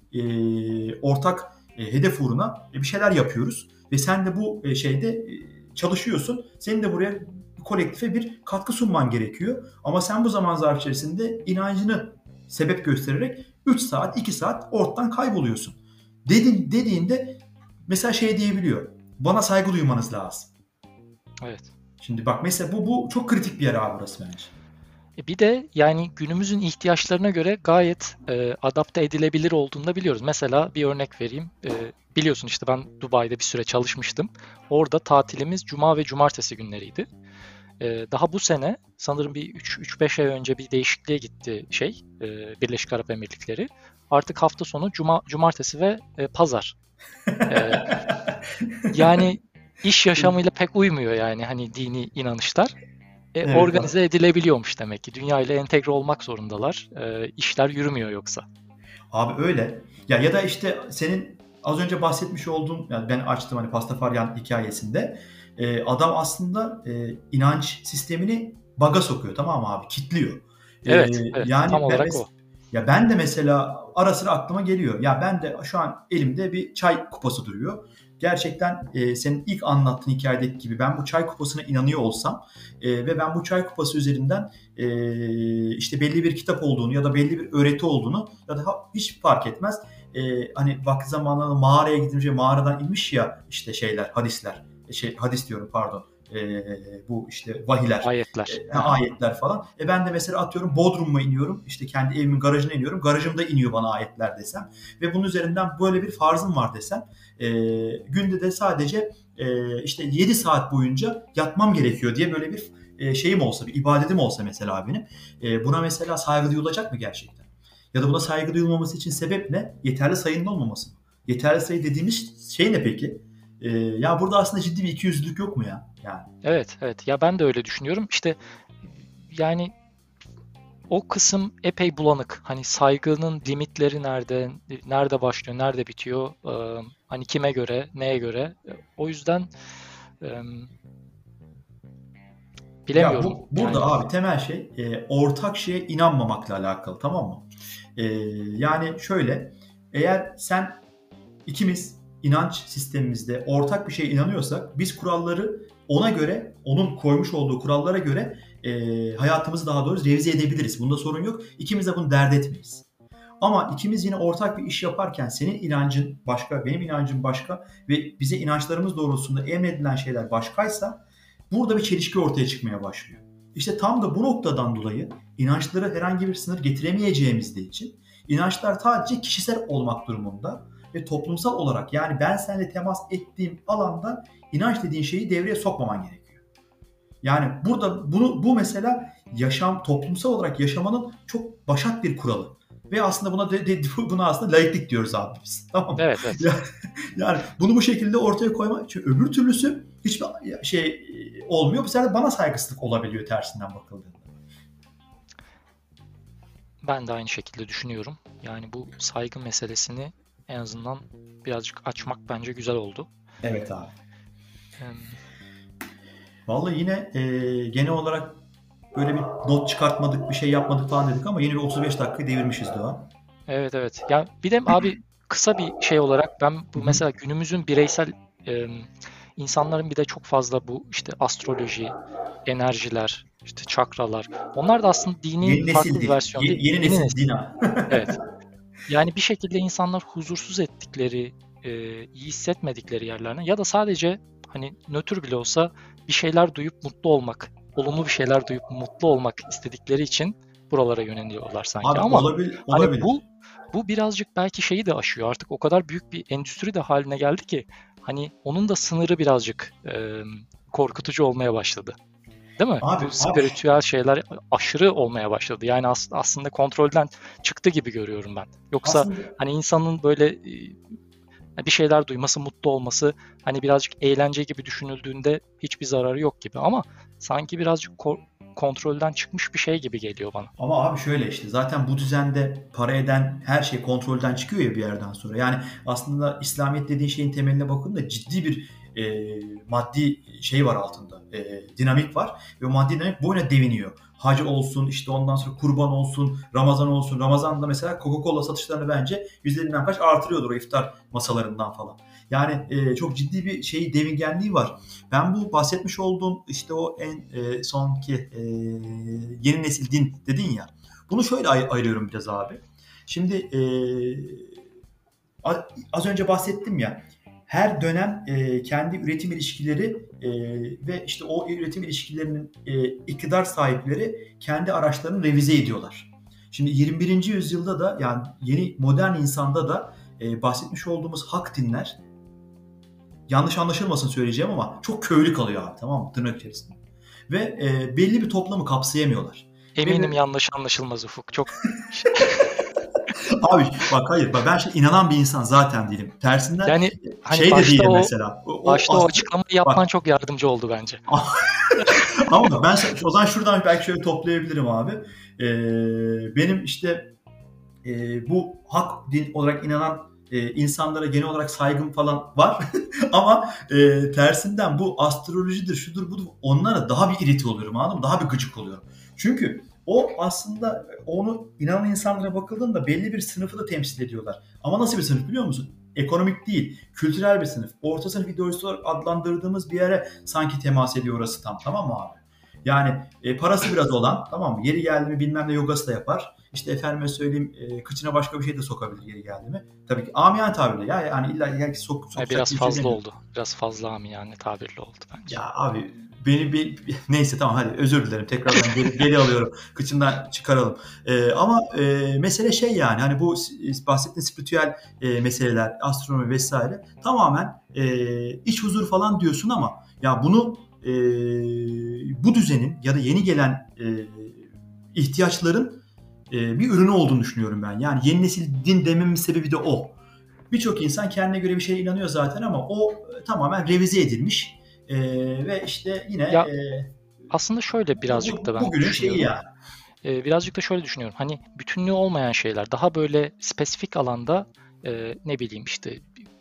ortak hedef uğruna bir şeyler yapıyoruz ve sen de bu şeyde çalışıyorsun. Senin de buraya kolektife bir katkı sunman gerekiyor. Ama sen bu zaman zarfı içerisinde inancını sebep göstererek 3 saat, 2 saat ortadan kayboluyorsun. Dediğinde mesela şey diyebiliyor. Bana saygı duymanız lazım. evet. Şimdi bak mesela bu çok kritik bir yer abi burası bence. Bir de yani günümüzün ihtiyaçlarına göre gayet adapte edilebilir olduğunu da biliyoruz. Mesela bir örnek vereyim. Biliyorsun işte ben Dubai'de bir süre çalışmıştım. Orada tatilimiz cuma ve cumartesi günleriydi. Daha bu sene sanırım bir 3-5 ay önce bir değişikliğe gitti Birleşik Arap Emirlikleri. Artık hafta sonu cumartesi ve pazar. E, Yani iş yaşamıyla pek uymuyor yani hani dini inanışlar. Evet abi. Organize edilebiliyormuş demek ki. Dünya ile entegre olmak zorundalar. İşler yürümüyor yoksa. Abi öyle. Ya da işte senin az önce bahsetmiş olduğun, yani ben açtım hani Pastafaryan hikayesinde adam aslında inanç sistemini baga sokuyor, tamam mı abi? Kitliyor. E, Evet, evet. Tam yani olarak o. ya ben de mesela ara sıra aklıma geliyor. Ya ben de şu an elimde bir çay kupası duruyor. Gerçekten senin ilk anlattığın hikayedeki gibi ben bu çay kupasına inanıyor olsam ve ben bu çay kupası üzerinden işte belli bir kitap olduğunu ya da belli bir öğreti olduğunu ya da hiç fark etmez. Hani vakti zamanında mağaraya gidince mağaradan inmiş ya işte şeyler, hadisler. Hadis diyorum, pardon. Bu işte vahiler, Ayetler. Aha. ayetler falan. Ben de mesela atıyorum Bodrum'a iniyorum. İşte kendi evimin garajına iniyorum. Garajımda iniyor bana ayetler desem. Ve bunun üzerinden böyle bir farzım var desem. Günde de sadece işte 7 saat boyunca yatmam gerekiyor diye böyle bir şeyim olsa, bir ibadetim olsa mesela benim. Buna mesela saygı duyulacak mı gerçekten? Ya da buna saygı duyulmaması için sebep ne? Yeterli sayının olmaması mı? Yeterli sayı dediğimiz şey ne peki? Ya burada aslında ciddi bir ikiyüzlülük yok mu ya? Yani. Evet, evet. Ya ben de öyle düşünüyorum. İşte yani o kısım epey bulanık. Hani saygının limitleri nerede başlıyor, nerede bitiyor? Hani kime göre, neye göre? O yüzden e, Ya bilemiyorum. burada Yani abi temel şey ortak şeye inanmamakla alakalı, tamam mı? E, yani şöyle, eğer ikimiz inanç sistemimizde ortak bir şeye inanıyorsak biz kuralları ona göre, onun koymuş olduğu kurallara göre hayatımızı daha doğrusu revize edebiliriz. Bunda sorun yok. İkimiz de bunu dert etmeyiz. Ama ikimiz yine ortak bir iş yaparken senin inancın başka, benim inancım başka ve bize inançlarımız doğrultusunda emredilen şeyler başkaysa burada bir çelişki ortaya çıkmaya başlıyor. İşte tam da bu noktadan dolayı inançlara herhangi bir sınır getiremeyeceğimiz için inançlar sadece kişisel olmak durumunda ve toplumsal olarak, yani ben seninle temas ettiğim alanda inanç dediğin şeyi devreye sokmaman gerekiyor. Yani burada bu mesela toplumsal olarak yaşamanın çok başat bir kuralı. Ve aslında buna aslında laiklik diyoruz abi biz. Tamam mı? evet, evet. Yani bunu bu şekilde ortaya koymak, çünkü öbür türlüsü hiçbir şey olmuyor. Bu sefer de bana saygısızlık olabiliyor tersinden bakıldığında. Ben de aynı şekilde düşünüyorum. Yani bu saygı meselesini en azından birazcık açmak bence güzel oldu. Evet abi. Em, Vallahi yine genel olarak böyle bir not çıkartmadık, bir şey yapmadık falan dedik ama yine bir 35 dakika devirmişiz Doğa. Evet, evet. Ya bir de abi kısa bir şey olarak ben Hı bu hı. mesela günümüzün bireysel e, insanların bir de çok fazla bu işte astroloji, enerjiler, işte çakralar. Onlar da aslında dinin Yeni nesil farklı bir din. versiyonu değil mi? Yeni Yeni nesil nesil. dina. Evet. Yani bir şekilde insanlar huzursuz ettikleri, iyi hissetmedikleri yerlerine ya da sadece hani nötr bile olsa bir şeyler duyup mutlu olmak, olumlu bir şeyler duyup mutlu olmak istedikleri için buralara yöneliyorlar sanki. Abi Ama olabilir, hani olabilir. bu birazcık belki şeyi de aşıyor. Artık o kadar büyük bir endüstri de haline geldi ki hani onun da sınırı birazcık korkutucu olmaya başladı. Değil mi? Abi, Bu abi spiritüel şeyler aşırı olmaya başladı. Yani aslında kontrolden çıktı gibi görüyorum ben. Yoksa aslında hani insanın böyle bir şeyler duyması, mutlu olması hani birazcık eğlence gibi düşünüldüğünde hiçbir zararı yok gibi ama sanki birazcık kontrolden çıkmış bir şey gibi geliyor bana. Ama abi şöyle işte zaten bu düzende para eden her şey kontrolden çıkıyor ya bir yerden sonra. Yani aslında İslamiyet dediğin şeyin temeline bakın da ciddi bir maddi şey var altında. Dinamik var ve o maddi dinamik boyuna deviniyor. Hac olsun işte ondan sonra kurban olsun, Ramazan olsun. Ramazan'da mesela Coca-Cola satışlarını bence yüzlerinden kaç artırıyordur o iftar masalarından falan. Yani çok ciddi bir şey devingenliği var. Ben bu bahsetmiş olduğum işte o en sonki yeni nesil din dedin ya. Bunu şöyle ayırıyorum biraz abi. Şimdi az önce bahsettim ya. Her dönem kendi üretim ilişkileri ve işte o üretim ilişkilerinin iktidar sahipleri kendi araçlarını revize ediyorlar. Şimdi 21. yüzyılda da yani yeni modern insanda da bahsetmiş olduğumuz hak dinler yanlış anlaşılmasın söyleyeceğim ama çok köylü kalıyor abi, tamam mı? Tırnak içerisinde. Ve belli bir toplamı kapsayamıyorlar. Eminim Ve yanlış anlaşılmaz Ufuk. Çok abi bak hayır bak ben şimdi inanan bir insan zaten değilim. Tersinden yani hani şey de değilim mesela. O başta o aslında açıklamayı yapman bak çok yardımcı oldu bence. ama ben o zaman şuradan belki şöyle toplayabilirim abi. Benim işte bu hak din olarak inanan insanlara genel olarak saygım falan var. Ama tersinden bu astrolojidir, şudur budur onlara daha bir irite oluyorum anladın mı? Daha bir gıcık oluyorum. Çünkü o aslında onu inanan insanlara bakıldığında belli bir sınıfı da temsil ediyorlar. Ama nasıl bir sınıf biliyor musun? Ekonomik değil, kültürel bir sınıf. Orta sınıf ideolojisi olarak adlandırdığımız bir yere sanki temas ediyor orası tam, tamam mı abi? Yani parası biraz olan, tamam mı? Yeri geldi mi bilmem ne yogası da yapar. İşte efendime söyleyeyim kıçına başka bir şey de sokabilir yeri geldi mi? Tabii ki amiyane tabirle ya yani illa herkes sokacak Biraz diye bir şey fazla demiyorum. oldu. Biraz fazla amiyane tabirli oldu bence. Ya abi neyse tamam hadi özür dilerim tekrardan geri alıyorum kıçından çıkaralım. Ama mesele şey yani hani bu bahsettiğim spiritüel meseleler astronomi vesaire tamamen iç huzur falan diyorsun ama ya bunu bu düzenin ya da yeni gelen ihtiyaçların bir ürünü olduğunu düşünüyorum ben. Yani yeni nesil din dememin sebebi de o. Birçok insan kendine göre bir şeye inanıyor zaten ama o tamamen revize edilmiş. Ve işte yine Ya aslında şöyle birazcık da ben bugünün şeyi düşünüyorum. yani. Birazcık da şöyle düşünüyorum. Hani bütünlüğü olmayan şeyler daha böyle spesifik alanda ne bileyim işte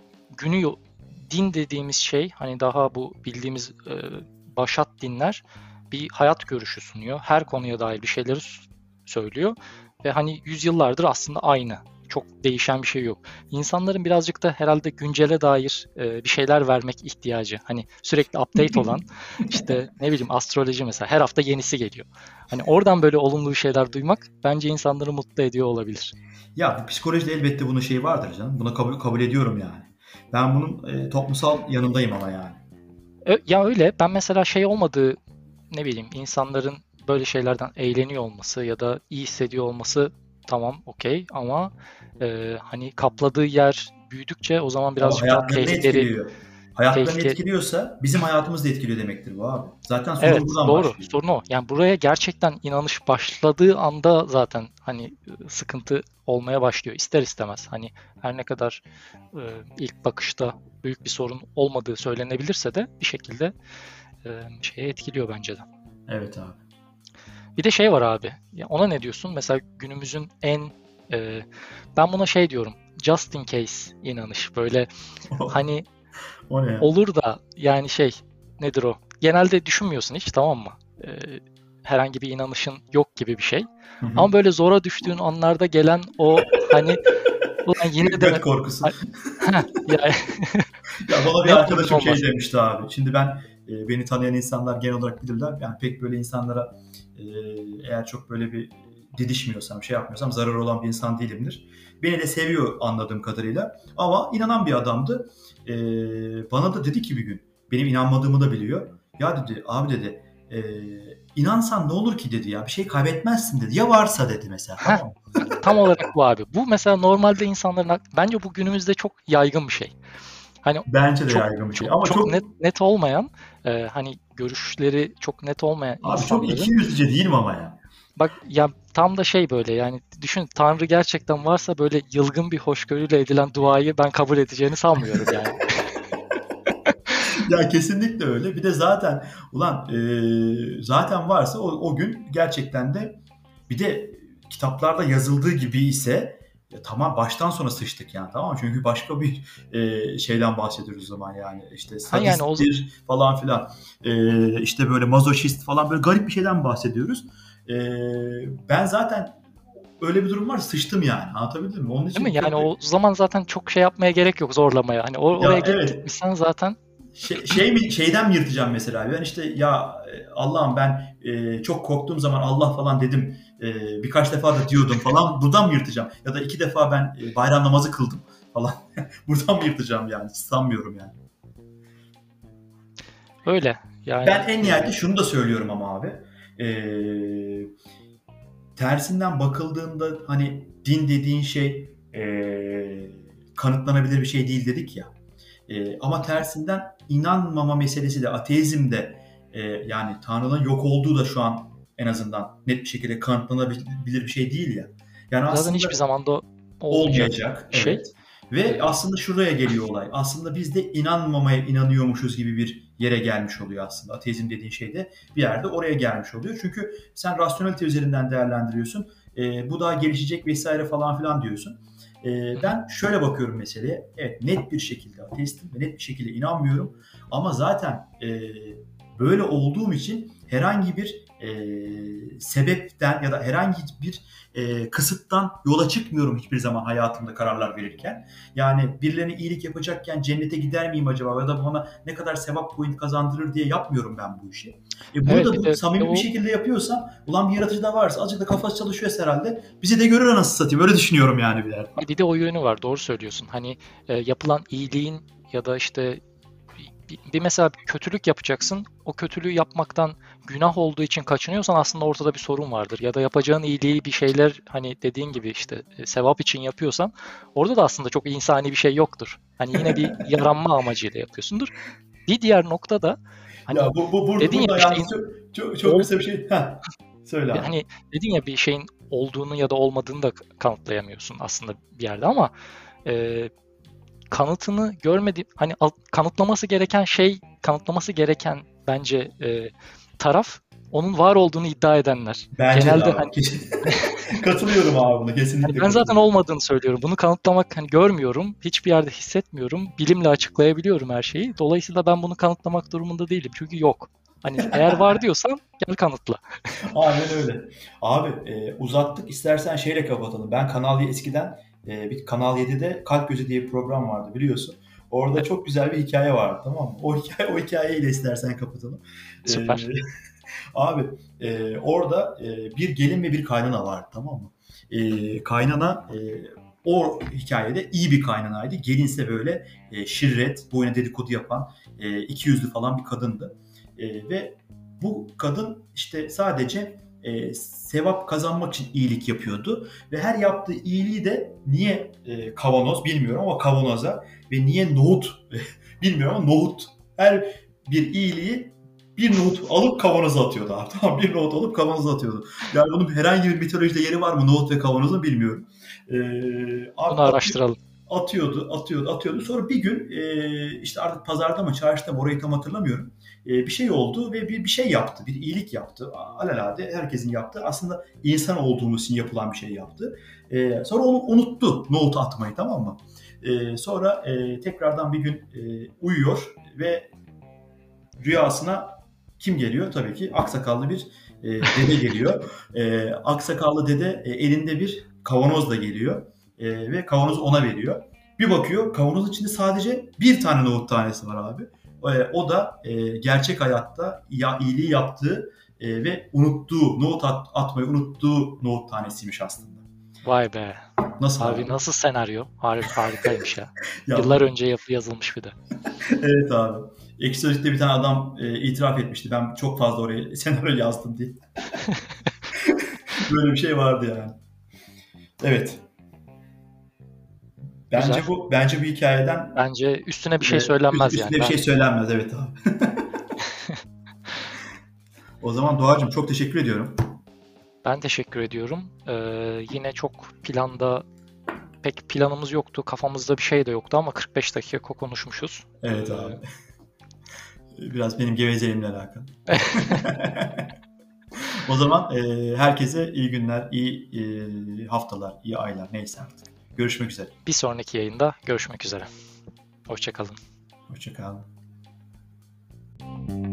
din dediğimiz şey hani daha bu bildiğimiz başat dinler bir hayat görüşü sunuyor. Her konuya dair bir şeyleri söylüyor ve hani yüzyıllardır aslında aynı. Çok değişen bir şey yok. İnsanların birazcık da herhalde güncele dair bir şeyler vermek ihtiyacı. Hani sürekli update olan işte ne bileyim astroloji mesela her hafta yenisi geliyor. Hani oradan böyle olumlu bir şeyler duymak bence insanları mutlu ediyor olabilir. Ya psikolojide elbette bunun şeyi vardır canım. Buna kabul ediyorum yani. Ben bunun toplumsal yanındayım ama yani. Ya öyle ben mesela şey olmadığı ne bileyim insanların böyle şeylerden eğleniyor olması ya da iyi hissediyor olması tamam okey ama hani kapladığı yer büyüdükçe o zaman Abi birazcık daha hayatlarını etkiliyor. Hayatlarını tehlike. etkiliyorsa bizim hayatımızı da etkiliyor demektir bu abi. Zaten sorun Evet, buradan doğru. başlıyor. Sorun o. Yani buraya gerçekten inanış başladığı anda zaten hani sıkıntı olmaya başlıyor ister istemez. Hani her ne kadar ilk bakışta büyük bir sorun olmadığı söylenebilirse de bir şekilde şeye etkiliyor bence de. Evet abi. Bir de şey var abi. Ya ona ne diyorsun? Mesela günümüzün en e, ben buna şey diyorum. Just in case inanış. Böyle hani O ne ya? olur da yani şey nedir o? Genelde düşünmüyorsun hiç tamam mı? herhangi bir inanışın yok gibi bir şey. Hı hı. Ama böyle zora düştüğün anlarda gelen o hani ulan yine Göt de korkusu. ya Ya bana ne bir olur ne arkadaşım şey olmaz. demişti abi. Şimdi ben beni tanıyan insanlar genel olarak bilirler. Yani pek böyle insanlara e, eğer çok böyle bir didişmiyorsam, şey yapmıyorsam zararı olan bir insan değilimdir. Beni de seviyor anladığım kadarıyla. Ama inanan bir adamdı. E, Bana da dedi ki bir gün, benim inanmadığımı da biliyor. Ya dedi, abi dedi, inansan ne olur ki dedi ya. Bir şey kaybetmezsin dedi. Ya varsa dedi mesela, Heh, tamam mı? tam olarak bu abi. Bu mesela normalde bence bu günümüzde çok yaygın bir şey. Hani Bence de çok yaygın bir şey. çok Ama çok çok, net olmayan hani görüşleri çok net olmayan abi çok insanların ikiyüzlüce değil mi ama ya? bak ya tam da şey böyle yani düşün Tanrı gerçekten varsa böyle yılgın bir hoşgörüyle edilen duayı ben kabul edeceğini sanmıyorum yani. Ya kesinlikle öyle. Bir de zaten ulan zaten varsa o gün gerçekten de, bir de kitaplarda yazıldığı gibi ise ya tamam, baştan sona sıçtık yani, tamam mı? Çünkü başka bir şeyden bahsediyoruz o zaman, yani işte Ha yani o sadisttir falan filan, işte böyle mazoşist falan, böyle garip bir şeyden bahsediyoruz. E, Ben zaten öyle bir durum var, sıçtım yani, anlatabildim mi? Onun değil mi? için Yani çok, o zaman zaten çok şey yapmaya gerek yok zorlamaya. Hani oraya ya evet, gitmişsen zaten şeyden mi yırtacağım mesela? Ben işte ya Allah'ım, ben çok korktuğum zaman Allah falan dedim. Birkaç defa da diyordum falan. Buradan mı yırtacağım? Ya da 2 defa ben bayram namazı kıldım falan. Buradan mı yırtacağım yani? Hiç sanmıyorum yani. öyle. Ben Yani en nihayetinde şunu da söylüyorum ama abi. E, Tersinden bakıldığında hani din dediğin şey kanıtlanabilir bir şey değil dedik ya. Ama tersinden inanmama meselesi de, ateizm de, yani Tanrı'nın yok olduğu da şu an en azından net bir şekilde kanıtlanabilir bir şey değil ya. Yani zaten hiçbir aslında zaman da olmayacak olmayacak, bir şey. evet. Ve aslında şuraya geliyor olay. Aslında biz de inanmamaya inanıyormuşuz gibi bir yere gelmiş oluyor aslında. Ateizm dediğin şey de bir yerde oraya gelmiş oluyor. Çünkü sen rasyonelite üzerinden değerlendiriyorsun. Bu daha gelişecek vesaire falan filan diyorsun. Hı hı. Ben şöyle bakıyorum meseleye. Evet, net bir şekilde ateistim ve net bir şekilde inanmıyorum. Ama zaten böyle olduğum için herhangi bir sebepten ya da herhangi bir kısıttan yola çıkmıyorum hiçbir zaman hayatımda kararlar verirken. Yani birilerine iyilik yapacakken cennete gider miyim acaba, ya da bana ne kadar sevap point kazandırır diye yapmıyorum ben bu işi. Bunu Evet da bir bu de samimi bir o şekilde yapıyorsam, ulan bir yaratıcı da varsa azıcık da kafası çalışıyorsa herhalde bizi de görür anasını satayım. Öyle düşünüyorum yani bir yerde. bir de o yönü var. Doğru söylüyorsun. Hani yapılan iyiliğin ya da işte bir mesela bir kötülük yapacaksın. O kötülüğü yapmaktan günah olduğu için kaçınıyorsan aslında ortada bir sorun vardır. Ya da yapacağın iyiliği bir şeyler hani dediğin gibi işte sevap için yapıyorsan orada da aslında çok insani bir şey yoktur. Hani yine bir yaranma amacıyla yapıyorsundur. Bir diğer nokta da Ya hani dedin ya burada bir yalnız şeyin çok ol kısa bir şey. Heh, söyle abi. hani dedin ya bir şeyin olduğunu ya da olmadığını da kanıtlayamıyorsun aslında bir yerde ama e, kanıtını görmedi hani kanıtlaması gereken bence taraf onun var olduğunu iddia edenler. Bence de Genelde hani abi. Katılıyorum abi buna. hani Kesinlikle ben zaten katılıyorum. olmadığını söylüyorum. Bunu kanıtlamak hani görmüyorum. Hiçbir yerde hissetmiyorum. Bilimle açıklayabiliyorum her şeyi. Dolayısıyla ben bunu kanıtlamak durumunda değilim. Çünkü yok. Hani eğer var diyorsan gel kanıtla. Aynen öyle. Abi uzattık. İstersen şeyle kapatalım. Ben Kanal eskiden bir Kanal 7'de Kalp Gözü diye bir program vardı, biliyorsun. Orada çok güzel bir hikaye vardı, tamam mı? O hikayeyle istersen kapatalım. E, Süper. Abi orada bir gelin ve bir kaynana vardı, tamam mı? Kaynana o hikayede iyi bir kaynanaydı. Gelinse böyle şirret, boyuna dedikodu yapan, iki yüzlü falan bir kadındı. Ve bu kadın işte sadece sevap kazanmak için iyilik yapıyordu. Ve her yaptığı iyiliği de niye kavanoz bilmiyorum ama kavanoza, ve niye nohut bilmiyorum ama nohut, her bir iyiliği bir nohut alıp kavanoza atıyordu abi. Tamam, bir nohut alıp kavanoza atıyordu. Yani bunun herhangi bir mitolojide yeri var mı nohut ve kavanozun, bilmiyorum. Bunu Abi araştıralım. atıyordu. Sonra bir gün işte artık pazarda mı çarşıda mı, orayı tam hatırlamıyorum. Bir şey oldu ve bir şey yaptı. Bir iyilik yaptı. Alelade herkesin yaptığı, aslında insan olduğumuz için yapılan bir şey yaptı. Sonra onu unuttu, nohut atmayı, tamam mı? Sonra tekrardan bir gün uyuyor ve rüyasına Kim geliyor? Tabii ki aksakallı bir dede geliyor. Aksakallı dede elinde bir kavanozla geliyor ve kavanozu ona veriyor. Bir bakıyor kavanozun içinde sadece bir tane nohut tanesi var abi. O da gerçek hayatta iyiliği yaptığı ve unuttuğu, nohut atmayı unuttuğu nohut tanesiymiş aslında. Vay be. Nasıl Abi abi? nasıl senaryo? Harikaymış ya. Ya, Yıllar önce yazılmış bir de. evet abi. Ekşi Sözlük'te bir tane adam itiraf etmişti. Ben çok fazla oraya senaryo yazdım diye. Böyle bir şey vardı yani. Evet. Güzel. Bence bu hikayeden Bence üstüne bir şey söylenmez üstüne yani. bir şey söylenmez, evet abi. O zaman Doğacığım çok teşekkür ediyorum. Ben teşekkür ediyorum. Yine çok pek planımız yoktu. Kafamızda bir şey de yoktu ama 45 dakika konuşmuşuz. Evet abi. Biraz benim gevezeliğimle alakalı. O zaman herkese iyi günler, iyi haftalar, iyi aylar, neyse artık. Görüşmek üzere. Bir sonraki yayında görüşmek üzere. Hoşça kalın. Hoşça kalın.